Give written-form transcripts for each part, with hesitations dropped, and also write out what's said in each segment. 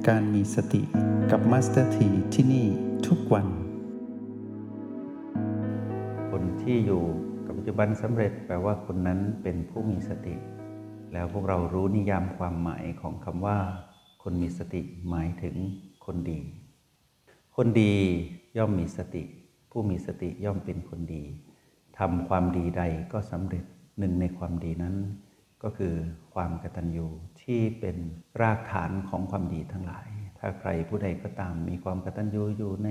การมีสติกับมาสเตอร์ทีที่นี่ทุกวันคนที่อยู่กับปัจจุบันสำเร็จแปลว่าคนนั้นเป็นผู้มีสติแล้วพวกเรารู้นิยามความหมายของคำว่าคนมีสติหมายถึงคนดีคนดีย่อมมีสติผู้มีสติย่อมเป็นคนดีทำความดีใดก็สำเร็จหนึ่งในความดีนั้นก็คือความกตัญญูที่เป็นรากฐานของความดีทั้งหลายถ้าใครผู้ใดก็ตามมีความกตัญญูอยู่ใน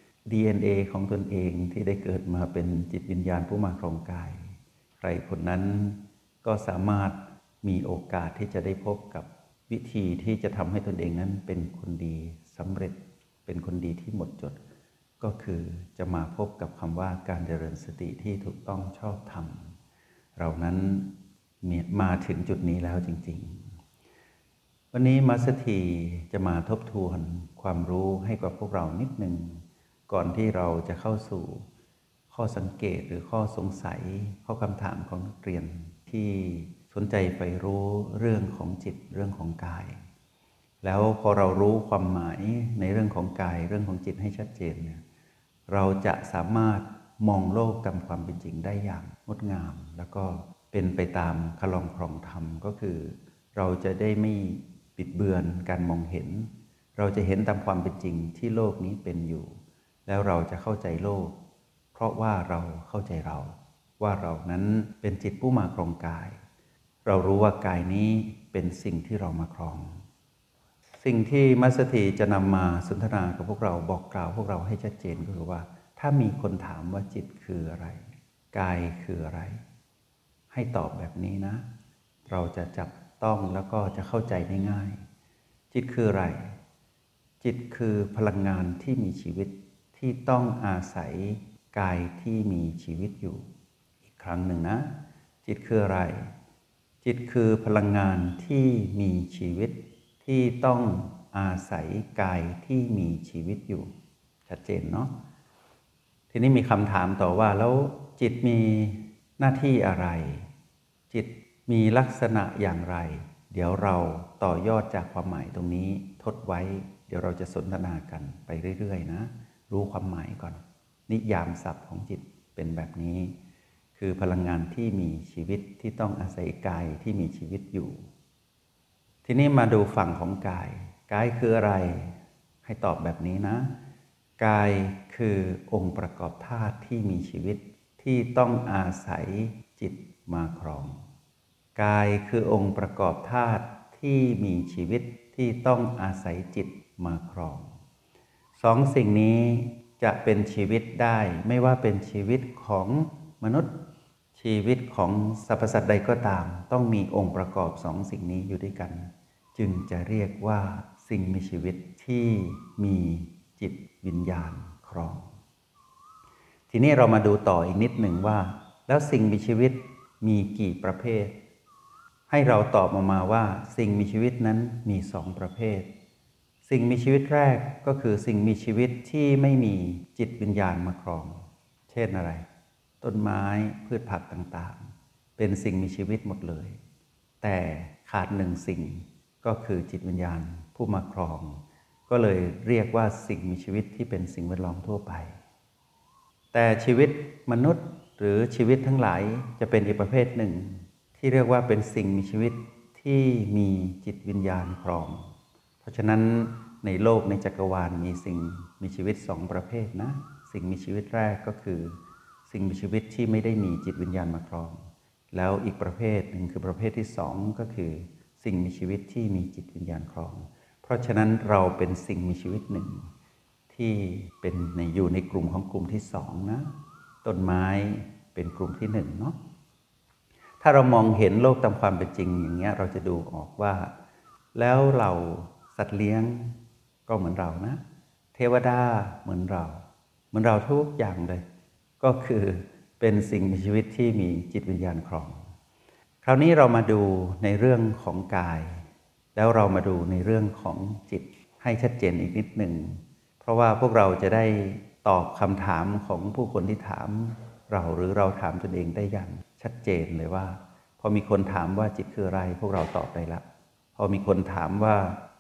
DNA ของตนเองที่ได้เกิดมาเป็นจิตวิญญาณผู้มาครองกายใครคนนั้นก็สามารถมีโอกาสที่จะได้พบกับวิธีที่จะทำให้ตนเองนั้นเป็นคนดีสำเร็จเป็นคนดีที่หมดจดก็คือจะมาพบกับคำว่าการเจริญสติที่ถูกต้องชอบธรรมเรานั้นมาถึงจุดนี้แล้วจริงๆวันนี้มาสถีจะมาทบทวนความรู้ให้กับพวกเรานิดหนึ่งก่อนที่เราจะเข้าสู่ข้อสังเกตหรือข้อสงสัยข้อคำถามของนักเรียนที่สนใจใฝ่รู้เรื่องของจิตเรื่องของกายแล้วพอเรารู้ความหมายในเรื่องของกายเรื่องของจิตให้ชัดเจนเนี่ยเราจะสามารถมองโลกตามความเป็นจริงได้อย่างงดงามแล้วก็เป็นไปตามคลองครองธรรมก็คือเราจะได้ไม่บิดเบือนการมองเห็นเราจะเห็นตามความเป็นจริงที่โลกนี้เป็นอยู่แล้วเราจะเข้าใจโลกเพราะว่าเราเข้าใจเราว่าเรานั้นเป็นจิตผู้มาครองกายเรารู้ว่ากายนี้เป็นสิ่งที่เรามาครองสิ่งที่มัสถีจะนำมาสนทนากับพวกเราบอกกล่าวพวกเราให้ชัดเจนก็คือว่าถ้ามีคนถามว่าจิตคืออะไรกายคืออะไรให้ตอบแบบนี้นะเราจะจับต้องแล้วก็จะเข้าใจได้ง่ายจิตคืออะไรจิตคือพลังงานที่มีชีวิตที่ต้องอาศัยกายที่มีชีวิตอยู่อีกครั้งหนึ่งนะจิตคืออะไรจิตคือพลังงานที่มีชีวิตที่ต้องอาศัยกายที่มีชีวิตอยู่ชัดเจนเนาะทีนี้มีคำถามต่อว่าแล้วจิตมีหน้าที่อะไรจิตมีลักษณะอย่างไรเดี๋ยวเราต่อยอดจากความหมายตรงนี้ทดไว้เดี๋ยวเราจะสนทนากันไปเรื่อยๆนะรู้ความหมายก่อนนิยามศัพท์ของจิตเป็นแบบนี้คือพลังงานที่มีชีวิตที่ต้องอาศัยกายที่มีชีวิตอยู่ทีนี้มาดูฝั่งของกายกายคืออะไรให้ตอบแบบนี้นะกายคือองค์ประกอบธาตุที่มีชีวิตที่ต้องอาศัยจิตมาครองกายคือองค์ประกอบธาตุที่มีชีวิตที่ต้องอาศัยจิตมาครองสองสิ่งนี้จะเป็นชีวิตได้ไม่ว่าเป็นชีวิตของมนุษย์ชีวิตของสรรพสัตว์ใดก็ตามต้องมีองค์ประกอบสองสิ่งนี้อยู่ด้วยกันจึงจะเรียกว่าสิ่งมีชีวิตที่มีจิตวิญญาณครองทีนี้เรามาดูต่ออีกนิดหนึ่งว่าแล้วสิ่งมีชีวิตมีกี่ประเภทให้เราตอบมาว่าสิ่งมีชีวิตนั้นมีสองประเภทสิ่งมีชีวิตแรกก็คือสิ่งมีชีวิตที่ไม่มีจิตวิญญาณมาครองเช่นอะไรต้นไม้พืชผักต่างๆเป็นสิ่งมีชีวิตหมดเลยแต่ขาดหนึ่งสิ่งก็คือจิตวิญญาณผู้มาครองก็เลยเรียกว่าสิ่งมีชีวิตที่เป็นสิ่งแวดล้อมทั่วไปแต่ชีวิตมนุษย์หรือชีวิตทั้งหลายจะเป็นอีกประเภทหนึ่งที่เรียกว่าเป็นสิ่งมีชีวิตที่มีจิตวิญญาณครองเพราะฉะนั้นในโลกในจักรวาลมีสิ่งมีชีวิตสองประเภทนะสิ่งมีชีวิตแรกก็คือสิ่งมีชีวิตที่ไม่ได้มีจิตวิญญาณมาครองแล้วอีกประเภทหนึ่งคือประเภทที่สองก็คือสิ่งมีชีวิตที่มีจิตวิญญาณครองเพราะฉะนั้นเราเป็นสิ่งมีชีวิตหนึ่งที่เป็นอยู่ในกลุ่มของกลุ่มที่สองนะต้นไม้เป็นกลุ่มที่หนึ่งเนาะถ้าเรามองเห็นโลกตามความเป็นจริงอย่างเงี้ยเราจะดูออกว่าแล้วเราสัตว์เลี้ยงก็เหมือนเรานะเทวดาเหมือนเราทุกอย่างเลยก็คือเป็นสิ่งมีชีวิตที่มีจิตวิญญาณครองคราวนี้เรามาดูในเรื่องของกายแล้วเรามาดูในเรื่องของจิตให้ชัดเจนอีกนิดหนึ่งเพราะว่าพวกเราจะได้ตอบคำถามของผู้คนที่ถามเราหรือเราถามตนเองได้อย่างชัดเจนเลยว่าพอมีคนถามว่าจิตคืออะไรพวกเราตอบได้ละพอมีคนถามว่า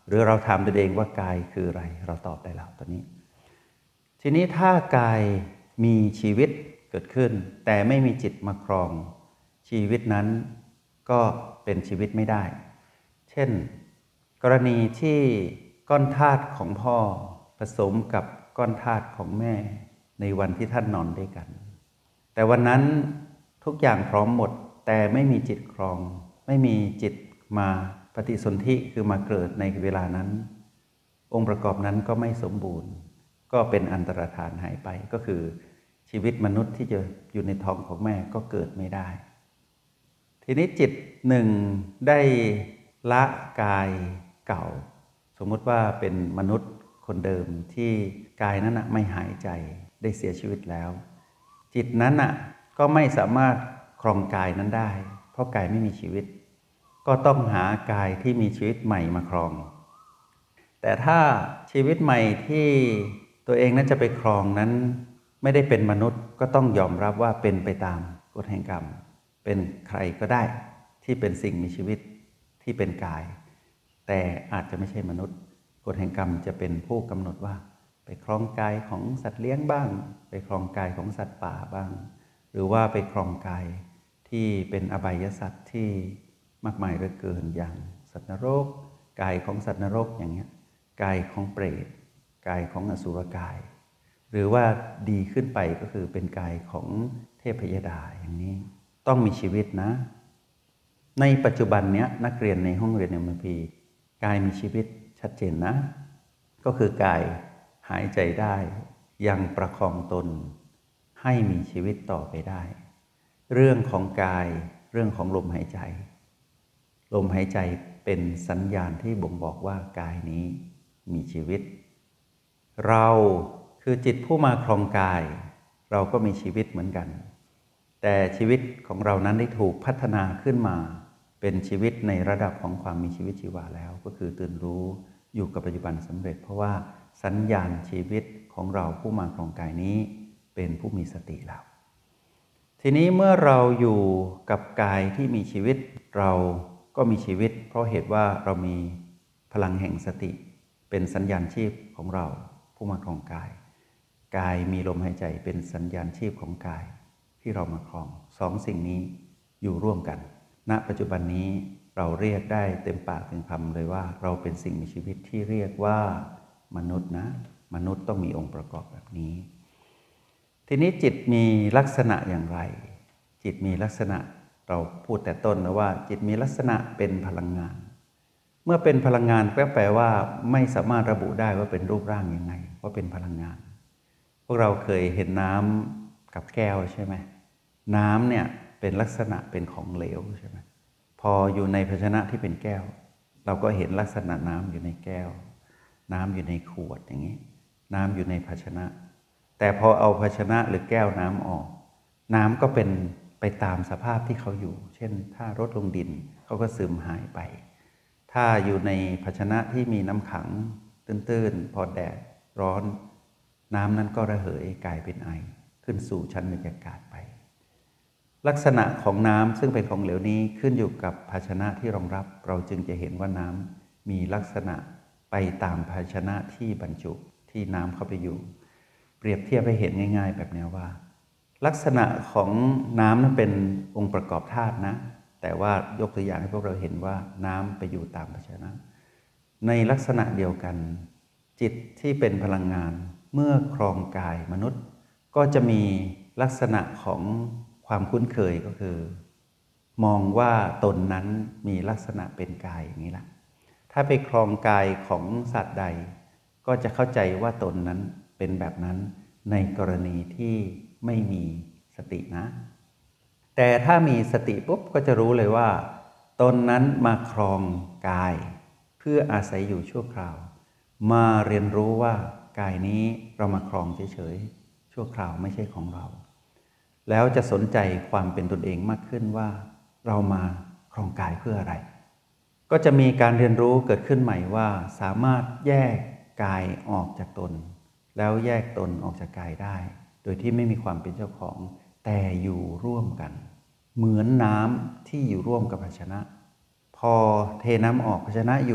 หรือเราถามตัวเองว่ากายคืออะไรเราตอบได้แล้วตอนนี้ทีนี้ถ้ากายมีชีวิตเกิดขึ้นแต่ไม่มีจิตมาครองชีวิตนั้นก็เป็นชีวิตไม่ได้เช่นกรณีที่ก้อนธาตุของพ่อผสมกับก้อนธาตุของแม่ในวันที่ท่านนอนด้วยกันแต่วันนั้นทุกอย่างพร้อมหมดแต่ไม่มีจิตครองไม่มีจิตมาปฏิสนธิคือมาเกิดในเวลานั้นองค์ประกอบนั้นก็ไม่สมบูรณ์ก็เป็นอันตรธานหายไปก็คือชีวิตมนุษย์ที่จะอยู่ในท้องของแม่ก็เกิดไม่ได้ทีนี้จิตหนึ่งได้ละกายเก่าสมมุติว่าเป็นมนุษย์คนเดิมที่กายนั้นไม่หายใจได้เสียชีวิตแล้วจิตนั้นก็ไม่สามารถครองกายนั้นได้เพราะกายไม่มีชีวิตก็ต้องหากายที่มีชีวิตใหม่มาครองแต่ถ้าชีวิตใหม่ที่ตัวเองนั้นจะไปครองนั้นไม่ได้เป็นมนุษย์ก็ต้องยอมรับว่าเป็นไปตามกฎแห่งกรรมเป็นใครก็ได้ที่เป็นสิ่งมีชีวิตที่เป็นกายแต่อาจจะไม่ใช่มนุษย์กฎแห่งกรรมจะเป็นผู้กำหนดว่าไปครองกายของสัตว์เลี้ยงบ้างไปครองกายของสัตว์ป่าบ้างหรือว่าไปครองกายที่เป็นอบายสัตว์ที่มากมายเหลือเกินอย่างสัตว์นรกกายของสัตว์นรกอย่างเงี้ยกายของเปรตกายของอสุรกายหรือว่าดีขึ้นไปก็คือเป็นกายของเทพยดาอย่างนี้ต้องมีชีวิตนะในปัจจุบันเนี้ยนักเรียนในห้องเรียน MIP กายมีชีวิตชัดเจนนะก็คือกายหายใจได้ยังประคองตนให้มีชีวิตต่อไปได้เรื่องของกายเรื่องของลมหายใจลมหายใจเป็นสัญญาณที่บ่งบอกว่ากายนี้มีชีวิตเราคือจิตผู้มาครองกายเราก็มีชีวิตเหมือนกันแต่ชีวิตของเรานั้นได้ถูกพัฒนาขึ้นมาเป็นชีวิตในระดับของความมีชีวิตชีวาแล้วก็คือตื่นรู้อยู่กับปัจจุบันสำเร็จเพราะว่าสัญญาณชีวิตของเราผู้มาครองกายนี้เป็นผู้มีสติแล้วทีนี้เมื่อเราอยู่กับกายที่มีชีวิตเราก็มีชีวิตเพราะเหตุว่าเรามีพลังแห่งสติเป็นสัญญาณชีพของเราผู้มาครองกายกายมีลมหายใจเป็นสัญญาณชีพของกายที่เรามาครองสองสิ่งนี้อยู่ร่วมกันณปัจจุบันนี้เราเรียกได้เต็มปากเต็มคำเลยว่าเราเป็นสิ่งมีชีวิตที่เรียกว่ามนุษย์นะมนุษย์ต้องมีองค์ประกอบแบบนี้ทีนี้จิตมีลักษณะอย่างไรจิตมีลักษณะเราพูดแต่ต้นนะว่าจิตมีลักษณะเป็นพลังงานเมื่อเป็นพลังงานก็แปลว่าไม่สามารถระบุได้ว่าเป็นรูปร่างยังไงว่าเป็นพลังงานพวกเราเคยเห็นน้ำกับแก้วใช่ไหมน้ำเนี่ยเป็นลักษณะเป็นของเหลวใช่ไหมพออยู่ในภาชนะที่เป็นแก้วเราก็เห็นลักษณะน้ำอยู่ในแก้วน้ำอยู่ในขวดอย่างนี้น้ำอยู่ในภาชนะแต่พอเอาภาชนะหรือแก้วน้ำออกน้ำก็เป็นไปตามสภาพที่เขาอยู่เช่นถ้ารดลงดินเขาก็ซึมหายไปถ้าอยู่ในภาชนะที่มีน้ำขังตื้นๆพอแดดร้อนน้ำนั้นก็ระเหยกลายเป็นไอขึ้นสู่ชั้นบรรยากาศไปลักษณะของน้ำซึ่งเป็นของเหลวนี้ขึ้นอยู่กับภาชนะที่รองรับเราจึงจะเห็นว่าน้ำมีลักษณะไปตามภาชนะที่บรรจุที่น้ำเข้าไปอยู่เปรียบเทียบให้เห็นง่ายๆแบบนี้ว่าลักษณะของน้ำนั้นเป็นองค์ประกอบธาตุนะแต่ว่ายกตัวอย่างให้พวกเราเห็นว่าน้ำไปอยู่ตามภาชนะในลักษณะเดียวกันจิตที่เป็นพลังงานเมื่อครองกายมนุษย์ก็จะมีลักษณะของความคุ้นเคยก็คือมองว่าตนนั้นมีลักษณะเป็นกายอย่างนี้แหละถ้าไปครองกายของสัตว์ใดก็จะเข้าใจว่าตนนั้นเป็นแบบนั้นในกรณีที่ไม่มีสตินะแต่ถ้ามีสติปุ๊บก็จะรู้เลยว่าตนนั้นมาครองกายเพื่ออาศัยอยู่ชั่วคราวมาเรียนรู้ว่ากายนี้เรามาครองเฉยๆชั่วคราวไม่ใช่ของเราแล้วจะสนใจความเป็นตนเองมากขึ้นว่าเรามาครองกายเพื่ออะไรก็จะมีการเรียนรู้เกิดขึ้นใหม่ว่าสามารถแยกกายออกจากตนแล้วแยกตนออกจากกายได้โดยที่ไม่มีความเป็นเจ้าของแต่อยู่ร่วมกันเหมือนน้ำที่อยู่ร่วมกับภาชนะพอเทน้ำออกภาชนะอยู่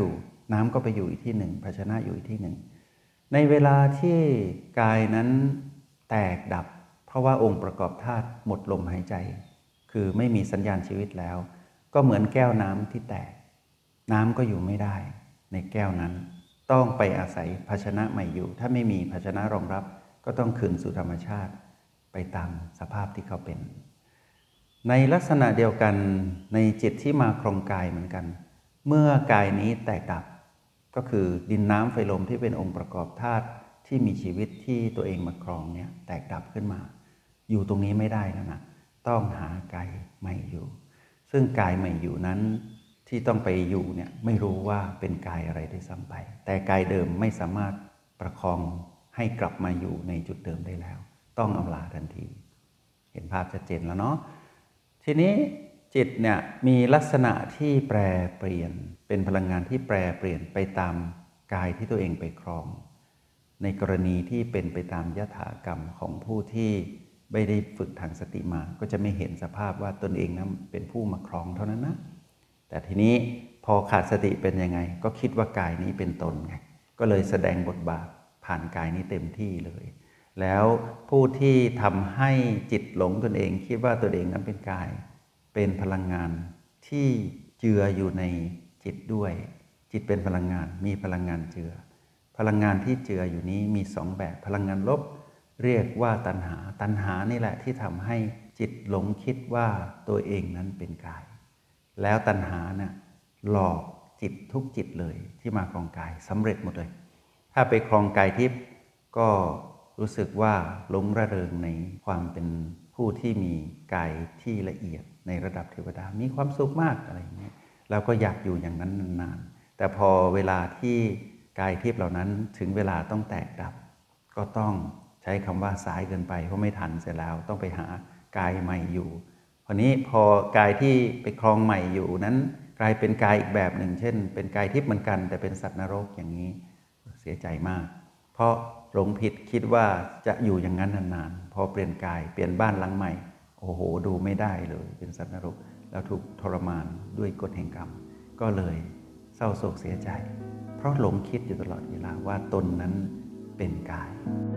น้ำก็ไปอยู่อีกที่หนึ่งภาชนะอยู่อีกที่หนึ่งในเวลาที่กายนั้นแตกดับเพราะว่าองค์ประกอบธาตุหมดลมหายใจคือไม่มีสัญญาณชีวิตแล้วก็เหมือนแก้วน้ำที่แตกน้ำก็อยู่ไม่ได้ในแก้วนั้นต้องไปอาศัยภาชนะใหม่อยู่ถ้าไม่มีภาชนะรองรับก็ต้องคืนสู่ธรรมชาติไปตามสภาพที่เขาเป็นในลักษณะเดียวกันในจิตที่มาครองกายเหมือนกันเมื่อกายนี้แตกดับก็คือดินน้ำไฟลมที่เป็นองค์ประกอบธาตุที่มีชีวิตที่ตัวเองมาครองเนี่ยแตกดับขึ้นมาอยู่ตรงนี้ไม่ได้แล้วนะต้องหากายใหม่อยู่ซึ่งกายใหม่อยู่นั้นที่ต้องไปอยู่เนี่ยไม่รู้ว่าเป็นกายอะไรด้วยซ้ำไปแต่กายเดิมไม่สามารถประคองให้กลับมาอยู่ในจุดเดิมได้แล้วต้องอำลาทันทีเห็นภาพชัดเจนแล้วเนาะทีนี้จิตเนี่ยมีลักษณะที่แปรเปลี่ยนเป็นพลังงานที่แปรเปลี่ยนไปตามกายที่ตัวเองไปครองในกรณีที่เป็นไปตามยถากรรมของผู้ที่ไม่ได้ฝึกทางสติมาก็จะไม่เห็นสภาพว่าตนเองนั้นเป็นผู้มาครองเท่านั้นนะแต่ทีนี้พอขาดสติเป็นยังไงก็คิดว่ากายนี้เป็นตนไงก็เลยแสดงบทบาทผ่านกายนี้เต็มที่เลยแล้วผู้ที่ทำให้จิตหลงตนเองคิดว่าตัวเองนั้นเป็นกายเป็นพลังงานที่เจืออยู่ในจิตด้วยจิตเป็นพลังงานมีพลังงานเจือพลังงานที่เจืออยู่นี้มี2แบบพลังงานลบเรียกว่าตัณหานี่แหละที่ทำให้จิตหลงคิดว่าตัวเองนั้นเป็นกายแล้วตัณหาน่ะหลอกจิตทุกจิตเลยที่มาครองกายสำเร็จหมดเลยถ้าไปครองกายทิพย์ก็รู้สึกว่าหลงระเริงในความเป็นผู้ที่มีกายที่ละเอียดในระดับเทวดามีความสุขมากอะไรอย่างนี้แล้วก็อยากอยู่อย่างนั้นนานๆแต่พอเวลาที่กายทิพย์เหล่านั้นถึงเวลาต้องแตกดับก็ต้องใช้คำว่าสายเกินไปเพราะไม่ทันเสร็จแล้วต้องไปหากายใหม่อยู่คราวนี้พอกายที่ไปครองใหม่อยู่นั้นกลายเป็นกายอีกแบบหนึ่งเช่นเป็นกายทิพย์เหมือนกันแต่เป็นสัตว์นรกอย่างนี้เสียใจมากเพราะหลงผิดคิดว่าจะอยู่อย่างนั้นนานๆพอเปลี่ยนกายเปลี่ยนบ้านหลังใหม่โอ้โหดูไม่ได้เลยเป็นสัตว์นรกแล้วถูกทรมานด้วยกฎแห่งกรรมก็เลยเศร้าโศกเสียใจเพราะหลงคิดอยู่ตลอดเวลาว่าตนนั้นเป็นกาย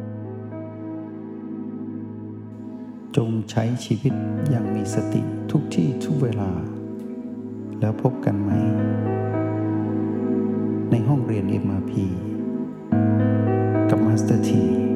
จงใช้ชีวิตอย่างมีสติทุกที่ทุกเวลาแล้วพบกันไหมในห้องเรียน MRP กับมาสเตอร์ที